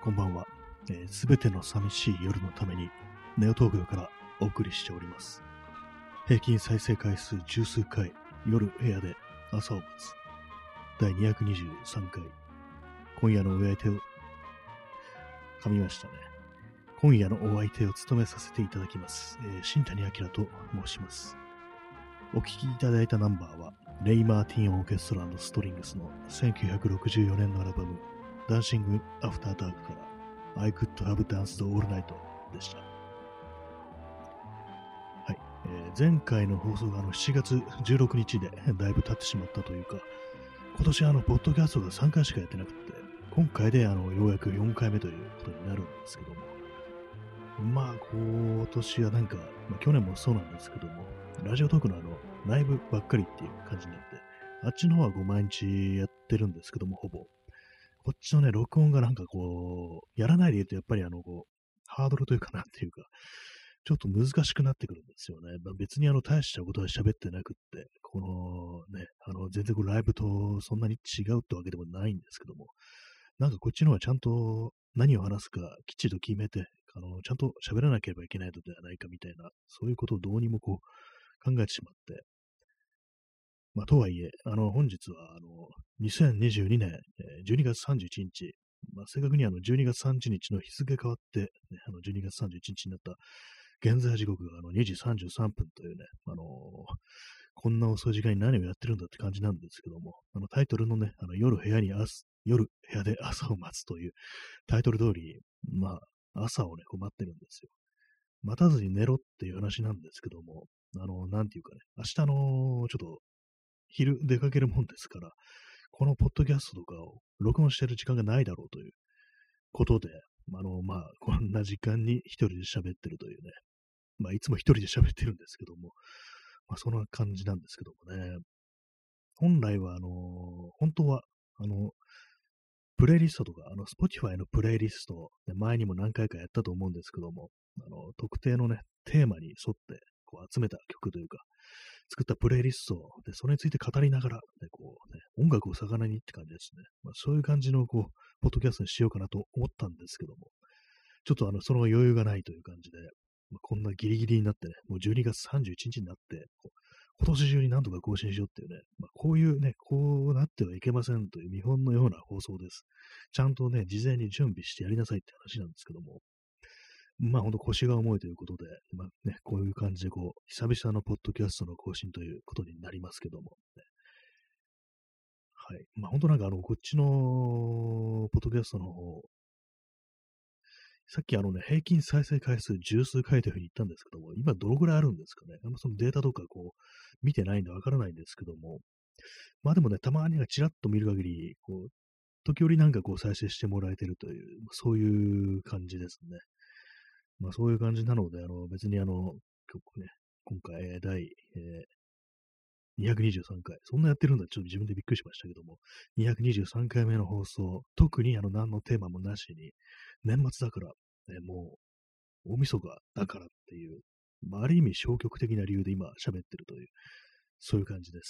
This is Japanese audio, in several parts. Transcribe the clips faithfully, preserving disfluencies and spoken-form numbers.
こんばんは。すべ、えー、ての寂しい夜のために、ネオ東京からお送りしております。平均再生回数十数回、夜部屋で朝を待つ。だいにひゃくにじゅうさんかい。今夜のお相手を、噛みましたね。今夜のお相手を務めさせていただきます。えー、新谷明と申します。お聴きいただいたナンバーは、レイ・マーティン・オーケストラ&ストリングスのせんきゅうひゃくろくじゅうよねんのアルバム、ダンシング・アフター・ダークから I Could Have Danced All Night でした。はい、えー、前回の放送があのしちがつじゅうろくにちでだいぶ経ってしまったというか、今年あの、ポッドキャストがさんかいしかやってなくて、今回であのようやくよんかいめということになるんですけども、まあ、今年はなんか、まあ、去年もそうなんですけども、ラジオトークのあの、ライブばっかりっていう感じになって、あっちの方はこう毎日やってるんですけども、ほぼ。こっちのね、録音がなんかこう、やらないで言うと、やっぱりあの、こう、ハードルというかなんていうか、ちょっと難しくなってくるんですよね。まあ、別にあの、大したことは喋ってなくって、このね、あの、全然こうライブとそんなに違うってわけでもないんですけども、なんかこっちの方がちゃんと何を話すかきっちりと決めて、あの、ちゃんと喋らなければいけないのではないかみたいな、そういうことをどうにもこう考えてしまって、まあ、とはいえ、あの、本日は、あの、にせんにじゅうにねん、えーじゅうにがつさんじゅういちにち、まあ、正確にあの、じゅうにがつさんじゅうにちの日付変わって、ね、あの、じゅうにがつさんじゅういちにちになった、現在時刻があのにじさんじゅうさんぷんというね、あのーこんな遅い時間に何をやってるんだって感じなんですけども、あの、タイトルのね、あの、夜部屋に朝、夜部屋で朝を待つというタイトル通り、まあ、朝をね、こう待ってるんですよ。待たずに寝ろっていう話なんですけども、あの、なんていうかね、明日の、ちょっと、昼出かけるもんですから、このポッドキャストとかを録音してる時間がないだろうということで、あの、まあ、こんな時間に一人で喋ってるというね、まあ、いつも一人で喋ってるんですけども、まあ、そんな感じなんですけどもね、本来は、あの、本当は、あの、プレイリストとか、あの、Spotify のプレイリスト、ね、前にも何回かやったと思うんですけども、あの、特定のね、テーマに沿って、こう、集めた曲というか、作ったプレイリストで、それについて語りながら、ね、こう、ね、音楽を魚にって感じですね。まあ、そういう感じの、こう、ポッドキャストにしようかなと思ったんですけども、ちょっとあの、その余裕がないという感じで、まあ、こんなギリギリになってね、もうじゅうにがつさんじゅういちにちにちになって、こう今年中に何とか更新しようっていうね、まあ、こういうね、こうなってはいけませんという見本のような放送です。ちゃんとね、事前に準備してやりなさいって話なんですけども、まあほんと腰が重いということで、まあね、こういう感じでこう、久々のポッドキャストの更新ということになりますけども、ね、はい。まあ本当なんかあの、こっちのポッドキャストの方、さっきあのね、平均再生回数十数回というふうに言ったんですけども、今どのぐらいあるんですかね。あんまそのデータとかこう、見てないんでわからないんですけども、まあでもね、たまにはちらっと見る限り、こう、時折なんかこう再生してもらえてるという、そういう感じですね。まあそういう感じなので、あの別にあの、曲ね、今回、えー第、えーにひゃくにじゅうさんかい、そんなやってるんだ、ちょっと自分でびっくりしましたけども、にひゃくにじゅうさんかいめの放送、特にあの何のテーマもなしに、年末だから、ね、もう大晦日だからっていう、まあ、ある意味消極的な理由で今喋ってるという、そういう感じです。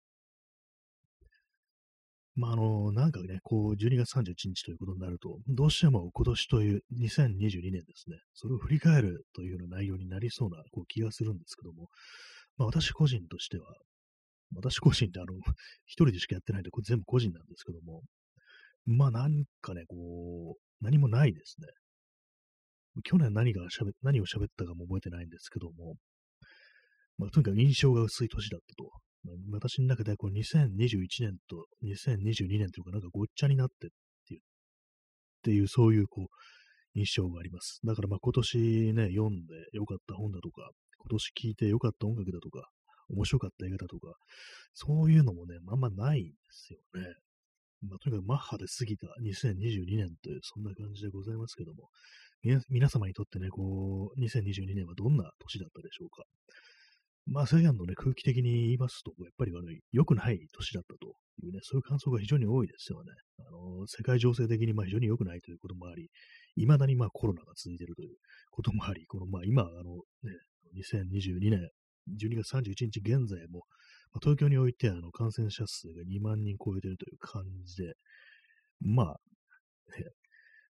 まあ、あの、なんかね、こう、じゅうにがつさんじゅういちにちということになると、どうしても今年というにせんにじゅうにねんですね、それを振り返るというような内容になりそうなこう気がするんですけども、まあ、私個人としては、私個人ってあの、一人でしかやってないんで、これ全部個人なんですけども、まあなんかね、こう、何もないですね。去年何が喋っ、何を喋ったかも覚えてないんですけども、まあ、とにかく印象が薄い年だったと。まあ、私の中ではこうにせんにじゅういちねんとにせんにじゅうにねんというかなんかごっちゃになってっていう、っていうそういうこう印象があります。だからまあ今年ね、読んでよかった本だとか、今年聴いてよかった音楽だとか、面白かった映画だとか、そういうのもね、あんまないんですよね。まあ、とにかくマッハで過ぎたにせんにじゅうにねんという、そんな感じでございますけども、みな皆様にとってね、こう、にせんにじゅうにねんはどんな年だったでしょうか。まあ、世間のね、空気的に言いますと、やっぱり悪い、良くない年だったというね、そういう感想が非常に多いですよね。あの、世界情勢的にまあ非常に良くないということもあり、未だにまあコロナが続いているということもあり、このまあ今、あのね、にせんにじゅうにねんじゅうにがつさんじゅういちにち現在も、まあ、東京においてあの感染者数がにまんにん超えているという感じで、まあ、ね、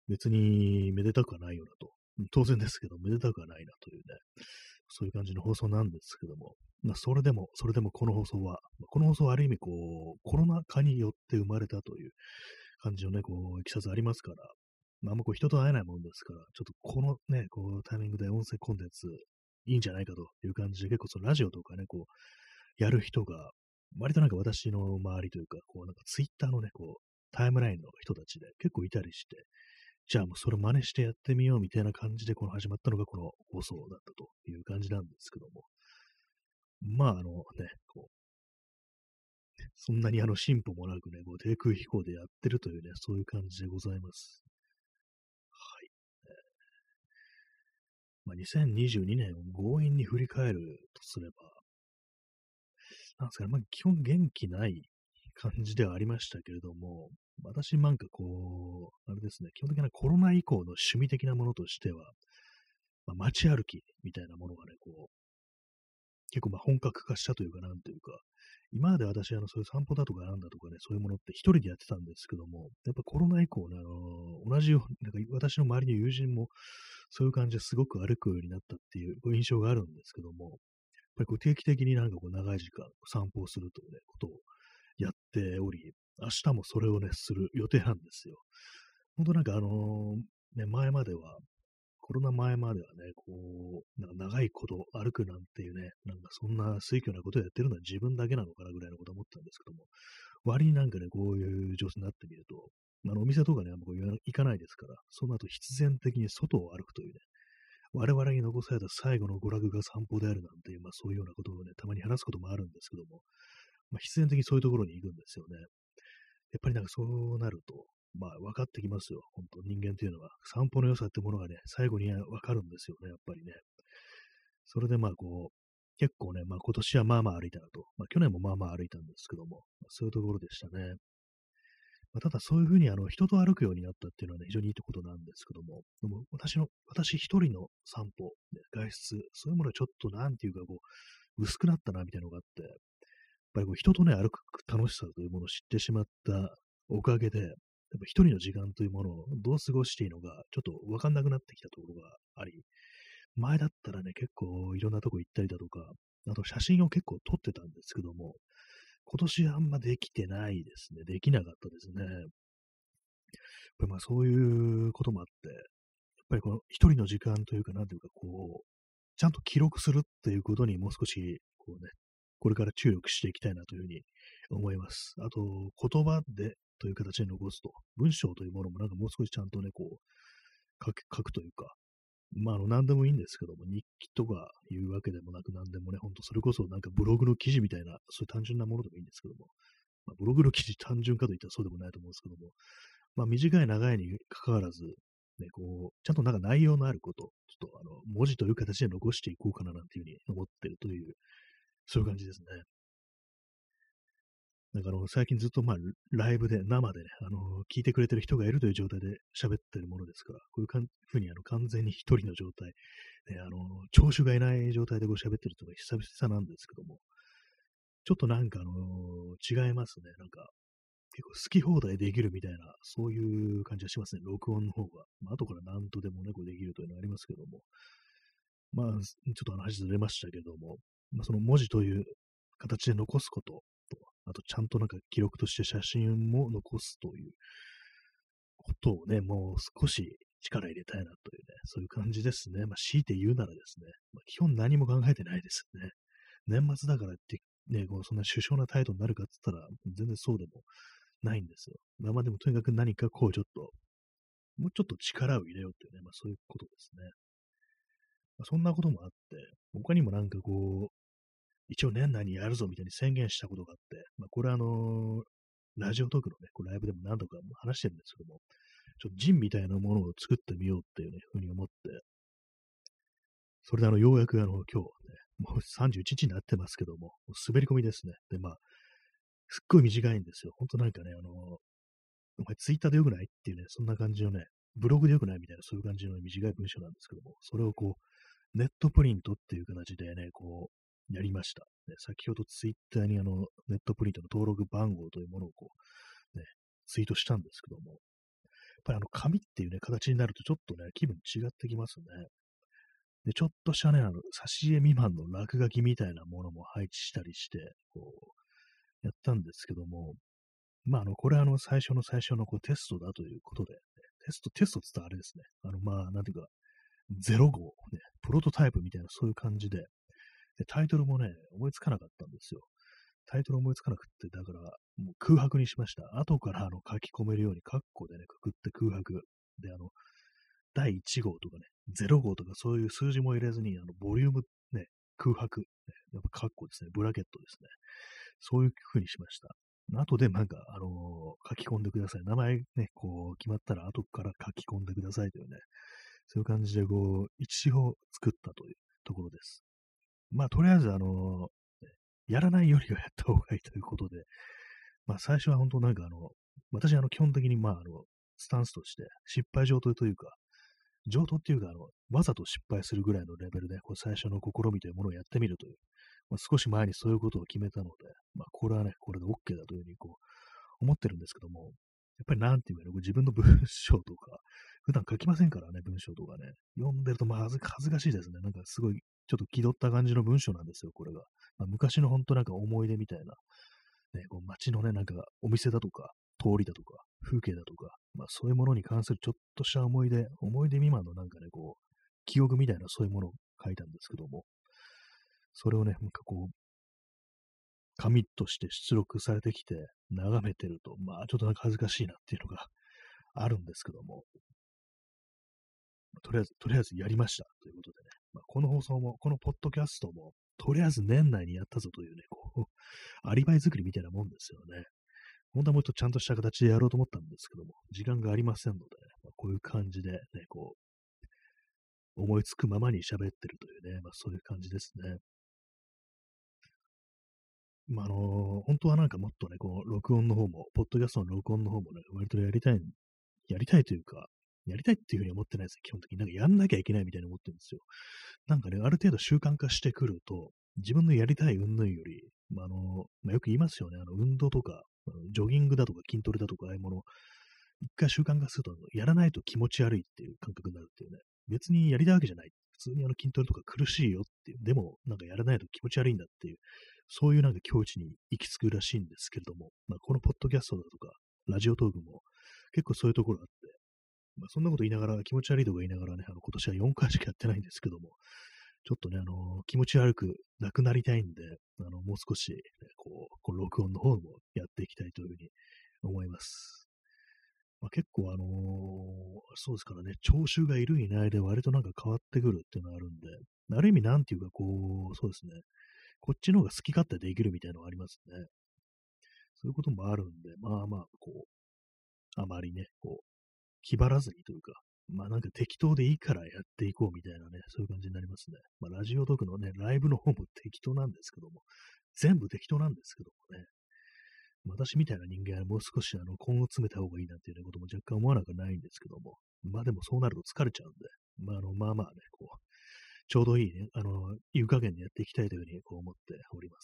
別にめでたくはないよなと。当然ですけど、めでたくはないなというね、そういう感じの放送なんですけども、まあ、それでも、それでもこの放送は、この放送はある意味こう、コロナ禍によって生まれたという感じのね、こう、いきさつありますから、まあ、あんまこう人と会えないもんですから、ちょっとこのね、こう、タイミングで音声コンテンツいいんじゃないかという感じで、結構そのラジオとかね、こう、やる人が、割となんか私の周りというか、こう、なんかツイッターのね、こう、タイムラインの人たちで結構いたりして、じゃあもうそれ真似してやってみようみたいな感じでこの始まったのがこの放送だったという感じなんですけども。まああのね、こう、そんなにあの進歩もなくね、こう低空飛行でやってるというね、そういう感じでございます。はい。まあ、にせんにじゅうにねんを強引に振り返るとすれば、なんですかね、まあ基本元気ない感じではありましたけれども、私なんかこう、あれですね、基本的なコロナ以降の趣味的なものとしては、まあ、街歩きみたいなものがね、こう、結構まあ本格化したというか、なんというか、今まで私、あの、そういう散歩だとかなんだとかね、そういうものって一人でやってたんですけども、やっぱコロナ以降ね、あの、同じように、なんか私の周りの友人もそういう感じですごく歩くようになったっていうこう印象があるんですけども、やっぱりこう定期的になんかこう長い時間散歩をするというね、ことをやっており、明日もそれをね、する予定なんですよ。本当なんかあのね、前まではコロナ前まではね、こう、なんか長いこと歩くなんていうね、なんかそんな水挙なことをやってるのは自分だけなのかなぐらいのこと思ったんですけども、割になんかね、こういう状況になってみると、あの、お店とかね、あんまこう言わ行かないですから、その後必然的に外を歩くというね、我々に残された最後の娯楽が散歩であるなんていう、まあそういうようなことをね、たまに話すこともあるんですけども、まあ必然的にそういうところに行くんですよね。やっぱりなんかそうなると、まあ分かってきますよ。本当人間というのは。散歩の良さってものがね、最後に分かるんですよね、やっぱりね。それでまあこう、結構ね、まあ今年はまあまあ歩いたなと。まあ去年もまあまあ歩いたんですけども、まあ、そういうところでしたね。まあ、ただそういうふうにあの人と歩くようになったっていうのはね、非常にいいことなんですけども、でも私の、私一人の散歩、ね、外出、そういうものはちょっとなんていうかこう、薄くなったなみたいなのがあって、やっぱりこう人とね、歩く楽しさというものを知ってしまったおかげで、やっぱ一人の時間というものをどう過ごしていいのか、ちょっとわかんなくなってきたところがあり、前だったらね、結構いろんなとこ行ったりだとか、あと写真を結構撮ってたんですけども、今年あんまできてないですね。できなかったですね。やっぱりまあそういうこともあって、やっぱりこの一人の時間というか、なんというかこう、ちゃんと記録するっていうことにもう少し、こうね、これから注力していきたいなというふうに思います。あと、言葉でという形で残すと、文章というものもなんかもう少しちゃんとね、こう、書く書くというか、まあ、あの、何でもいいんですけども、日記とかいうわけでもなく、何でもね、ほんとそれこそなんかブログの記事みたいな、そういう単純なものでもいいんですけども、まあ、ブログの記事単純かといったらそうでもないと思うんですけども、まあ、短い長いに関わらず、ね、こう、ちゃんとなんか内容のあること、ちょっとあの、文字という形で残していこうかななんていうふうに思ってるという、そういう感じですね。なんかあの、最近ずっとまあ、ライブで、生でね、あの、聞いてくれてる人がいるという状態で喋ってるものですから、こういうかんふうにあの、完全に一人の状態、ね、あの、聴衆がいない状態でこう喋ってるというのが久々なんですけども、ちょっとなんかあの、違いますね。なんか、結構好き放題できるみたいな、そういう感じがしますね。録音の方が。まあ、後から何とでもね、こうできるというのはありますけども。まあ、ちょっと話ずれましたけども、まあ、その文字という形で残すことと、あとちゃんとなんか記録として写真も残すということをね、もう少し力入れたいなというね、そういう感じですね。まあ、強いて言うならですね、まあ、基本何も考えてないですね。年末だからって、ね、こうそんな首相な態度になるかって言ったら、全然そうでもないんですよ。まあまあでもとにかく何かこうちょっと、もうちょっと力を入れようっていうね、まあそういうことですね。まあ、そんなこともあって、他にもなんかこう、一応年内にやるぞみたいに宣言したことがあって、まあこれはあのーラジオトークのね、こうライブでも何度か話してるんですけども、ちょっとジンみたいなものを作ってみようっていうね、ふうに思って、それであの、ようやくあの、今日ね、もうさんじゅういちにちになってますけども、もう滑り込みですね。で、まあ、すっごい短いんですよ。ほんとなんかね、あの、お前ツイッターでよくないっていうね、そんな感じのね、ブログでよくないみたいな、そういう感じの短い文章なんですけども、それをこう、ネットプリントっていう形でね、こう、やりました。ね、先ほどツイッターにあの、ネットプリントの登録番号というものをこう、ね、ツイートしたんですけども、 ぱりあの、紙っていうね、形になるとちょっとね、気分違ってきますね。で、ちょっとしたね、あの、挿絵未満の落書きみたいなものも配置したりして、こう、やったんですけども、まあ、あの、これはあの、最初の最初のこうテストだということで、ね、テスト、テストって言ったらあれですね。あの、まあ、なんていうか、ゼロ号、ね、プロトタイプみたいなそういう感じで、で、タイトルもね、思いつかなかったんですよ。タイトル思いつかなくって、だから、もう空白にしました。後からあの書き込めるように、カッコでね、くくって空白。で、あの、だいいち号とかね、ゼロ号とかそういう数字も入れずに、あの、ボリューム、ね、空白、ね、やっぱカッコですね、ブラケットですね。そういう風にしました。後でなんか、あのー書き込んでください。名前ね、こう、決まったら後から書き込んでくださいというね、そういう感じで、こう、一応作ったというところです。まあ、とりあえず、あのーねやらないよりはやった方がいいということで、まあ、最初は本当なんかあの、私、あの、基本的に、まあ、あの、スタンスとして、失敗上等というか、上等っていうか、あの、わざと失敗するぐらいのレベルで、こう最初の試みというものをやってみるという、まあ、少し前にそういうことを決めたので、まあ、これはね、これで OK だというふうにこう思ってるんですけども、やっぱりなんていうかね、自分の文章とか、普段書きませんからね、文章とかね、読んでるとまあ恥ず恥ずかしいですね。なんかすごい、ちょっと気取った感じの文章なんですよ、これが。まあ、昔の本当なんか思い出みたいな、ね、こう街のね、なんかお店だとか、通りだとか、風景だとか、まあそういうものに関するちょっとした思い出、思い出未満のなんかね、こう、記憶みたいなそういうものを書いたんですけども、それをね、なんかこう、紙として出力されてきて、眺めてると、まあちょっとなんか恥ずかしいなっていうのがあるんですけども、とりあえず、とりあえずやりましたということでね、まあ、この放送も、このポッドキャストも、とりあえず年内にやったぞというね、こう、アリバイ作りみたいなもんですよね。本当はもっとちゃんとした形でやろうと思ったんですけども、時間がありませんので、まあ、こういう感じでね、こう、思いつくままに喋ってるというね、まあそういう感じですね。まあ、あの本当はなんかもっとね、こう、録音の方も、ポッドキャストの録音の方もね、割とやりたい、やりたいというか、やりたいっていうふうに思ってないですね、基本的に。なんかやんなきゃいけないみたいに思ってるんですよ。なんかね、ある程度習慣化してくると、自分のやりたい云々より、まあ、あの、まあ、よく言いますよね、あの、運動とか、あのジョギングだとか筋トレだとか、ああいうもの、一回習慣化すると、やらないと気持ち悪いっていう感覚になるっていうね。別にやりたいわけじゃない。普通にあの筋トレとか苦しいよっていう。でも、なんかやらないと気持ち悪いんだっていう、そういうなんか境地に行き着くらしいんですけれども、まあ、このポッドキャストだとか、ラジオトークも結構そういうところあって、まあ、そんなこと言いながら、気持ち悪いとか言いながらね、あの今年はよんかいしかやってないんですけども、ちょっとね、あの気持ち悪くなくなりたいんで、あのもう少し、ね、こう、この録音の方もやっていきたいというふうに思います。まあ、結構あのーそうですからね、聴衆がいるいないで割となんか変わってくるっていうのがあるんで、ある意味なんていうかこう、そうですね、こっちの方が好き勝手できるみたいなのがありますね。そういうこともあるんで、まあまあ、こう、あまりね、こう、気張らずにというか、まあなんか適当でいいからやっていこうみたいなね、そういう感じになりますね。まあラジオトークのね、ライブの方も適当なんですけども、全部適当なんですけどもね、私みたいな人間はもう少しあの根を詰めた方がいいなっていうようなことも若干思わなくはないんですけども、まあでもそうなると疲れちゃうんで、まああの、まあまあね、こう、ちょうどいいね、あの、湯加減でやっていきたいというふうにこう思っております。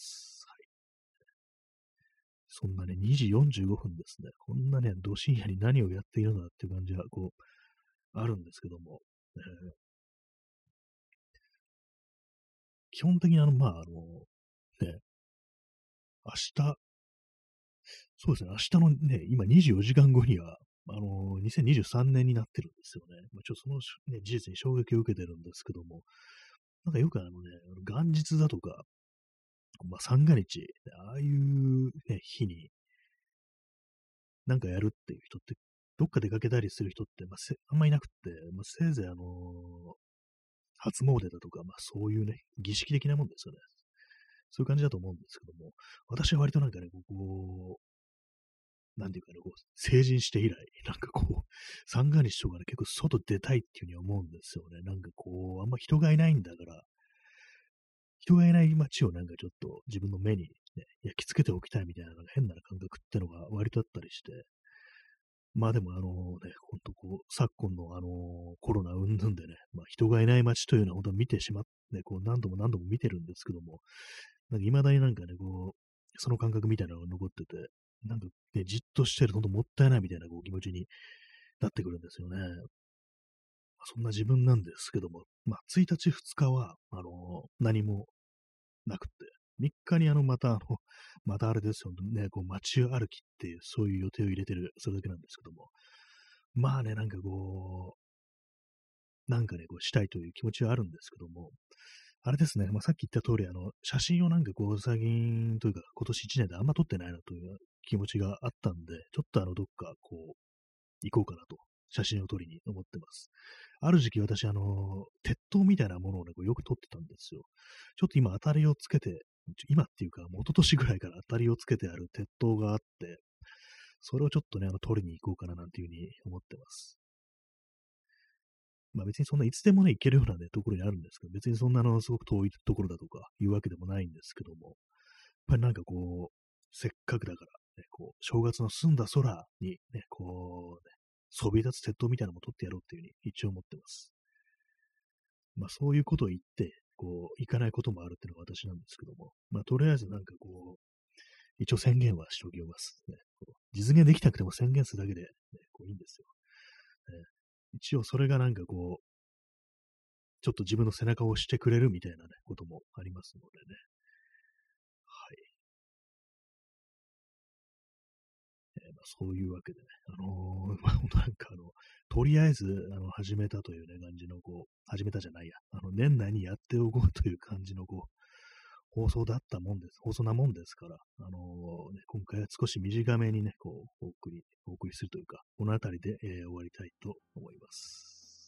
はい。そんなね、にじよんじゅうごふんですね。こんなね、ど深夜に何をやっているのだっていう感じは、こう、あるんですけども、えー基本的にあの、まあ、あの、ね、明日、そうですね、明日のね、今にじゅうよじかんごには、あの、にせんにじゅうさんねんになってるんですよね。まあ、ちょっとその、ね、事実に衝撃を受けてるんですけども、なんかよくあのね、元日だとか、まあ、三が日、ああいうね、日になんかやるっていう人って、どっか出かけたりする人って、まあ、せあんまいなくって、まあ、せいぜいあの初詣だとか、まあそういうね、儀式的なもんですよね。そういう感じだと思うんですけども、私は割となんかね、こう、なんていうかね、こう、成人して以来、なんかこう、三が日とかね、結構外出たいっていうふうに思うんですよね。なんかこう、あんま人がいないんだから、人がいない街をなんかちょっと自分の目に、ね、焼き付けておきたいみたいな、なんか変な感覚ってのが割とあったりして、まあでもあのね、ほんとこう、昨今のあのコロナ云々でね、まあ人がいない街というのは本当見てしまって、こう何度も何度も見てるんですけども、なんか未だになんかね、こう、その感覚みたいなのが残ってて、なんかね、じっとしてると本当もったいないみたいなこう気持ちになってくるんですよね。そんな自分なんですけども、まあ、ついたち、ふつかは、あの、何もなくって、みっかにあの、またあの、またあれですよね、こう街歩きっていう、そういう予定を入れてる、それだけなんですけども、まあね、なんかこう、なんかね、こうしたいという気持ちはあるんですけども、あれですね、まあ、さっき言った通り、あの、写真をなんかこう、最近というか、今年いちねんであんま撮ってないなという気持ちがあったんで、ちょっとあの、どっかこう、行こうかなと、写真を撮りに思ってます。ある時期私、あの、鉄塔みたいなものをね、こうよく撮ってたんですよ。ちょっと今、当たりをつけて、今っていうか、もう一昨年ぐらいから当たりをつけてある鉄塔があって、それをちょっとね、あの、撮りに行こうかななんていうふうに思ってます。まあ別にそんないつでもね、行けるようなね、ところにあるんですけど、別にそんなのすごく遠いところだとかいうわけでもないんですけども、やっぱりなんかこう、せっかくだから、ね、こう、正月の澄んだ空にね、こう、ね、そびえ立つ鉄塔みたいなのも撮ってやろうっていうふうに一応思ってます。まあそういうことを言って、こう、行かないこともあるっていうのが私なんですけども、まあとりあえずなんかこう、一応宣言はしておきます、ね。こう実現できなくても宣言するだけで、ね、こういいんですよ。ね、一応それがなんかこう、ちょっと自分の背中を押してくれるみたいなね、こともありますのでね。はい。えーまあ、そういうわけでね、あのーまあ、本当なんかあの、とりあえず、あの、始めたというね、感じの、こう、始めたじゃないや、あの、年内にやっておこうという感じの、こう、放送だったもんです、放送なもんですから、あのーね、今回は少し短めにね、こう、お送り、お送りするというか、このあたりで、えー終わりたいと思います。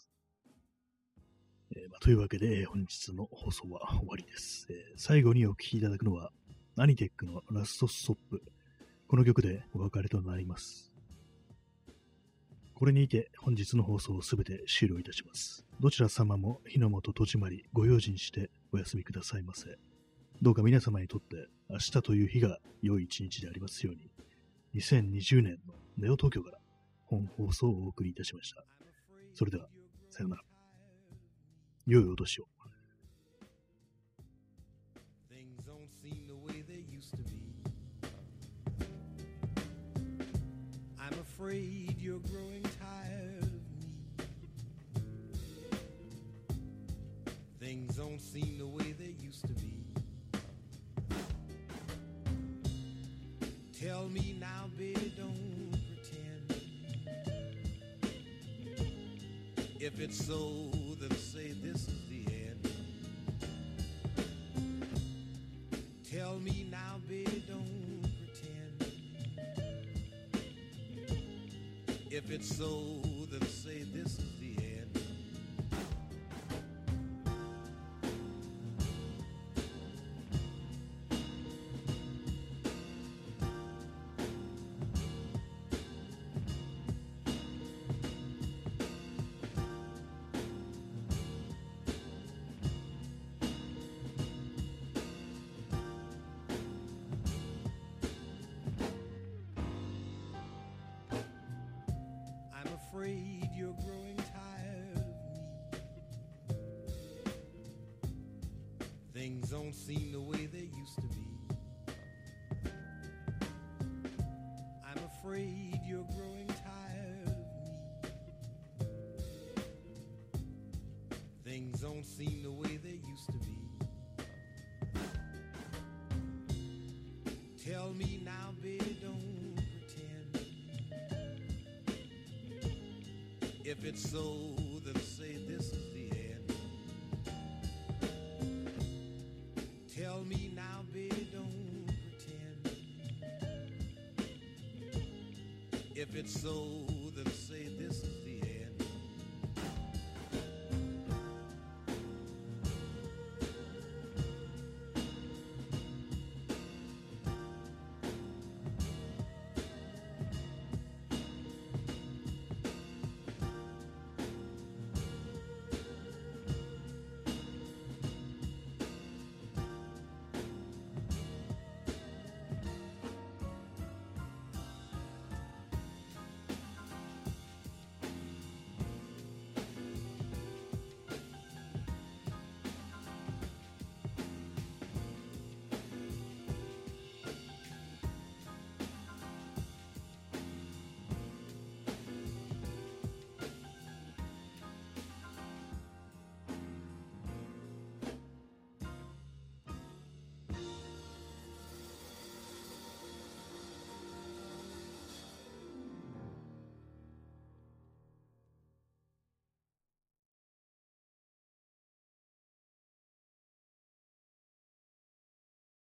えーまあ、というわけで、えー本日の放送は終わりです。えー最後にお聴きいただくのは、アニテックのラストストップ。この曲でお別れとなります。これにて本日の放送をすべて終了いたします。どちら様も火の元戸締まりご用心してお休みくださいませ。どうか皆様にとって明日という日が良い一日でありますように。にせんにじゅうねんのネオ東京から本放送をお送りいたしました。それでは、さようなら。良いお年を。Things don't seem the way they used to be. I'm afraid you're growing tired of me. Things don't seem the way they used to be. Tell me now, baby, don't pretend. If it's so, then say this is the end. Tell me now, baby, don't pretend. If it's so, then say this is the end. I'm afraid you're growing tired of me. Things don't seem the way they used to be. I'm afraid you're growing tired of me. Things don't seem the way they used to be. Tell me now, baby, don't pretend. If it's so, then say this is the end. Tell me now, baby, don't pretend. If it's so,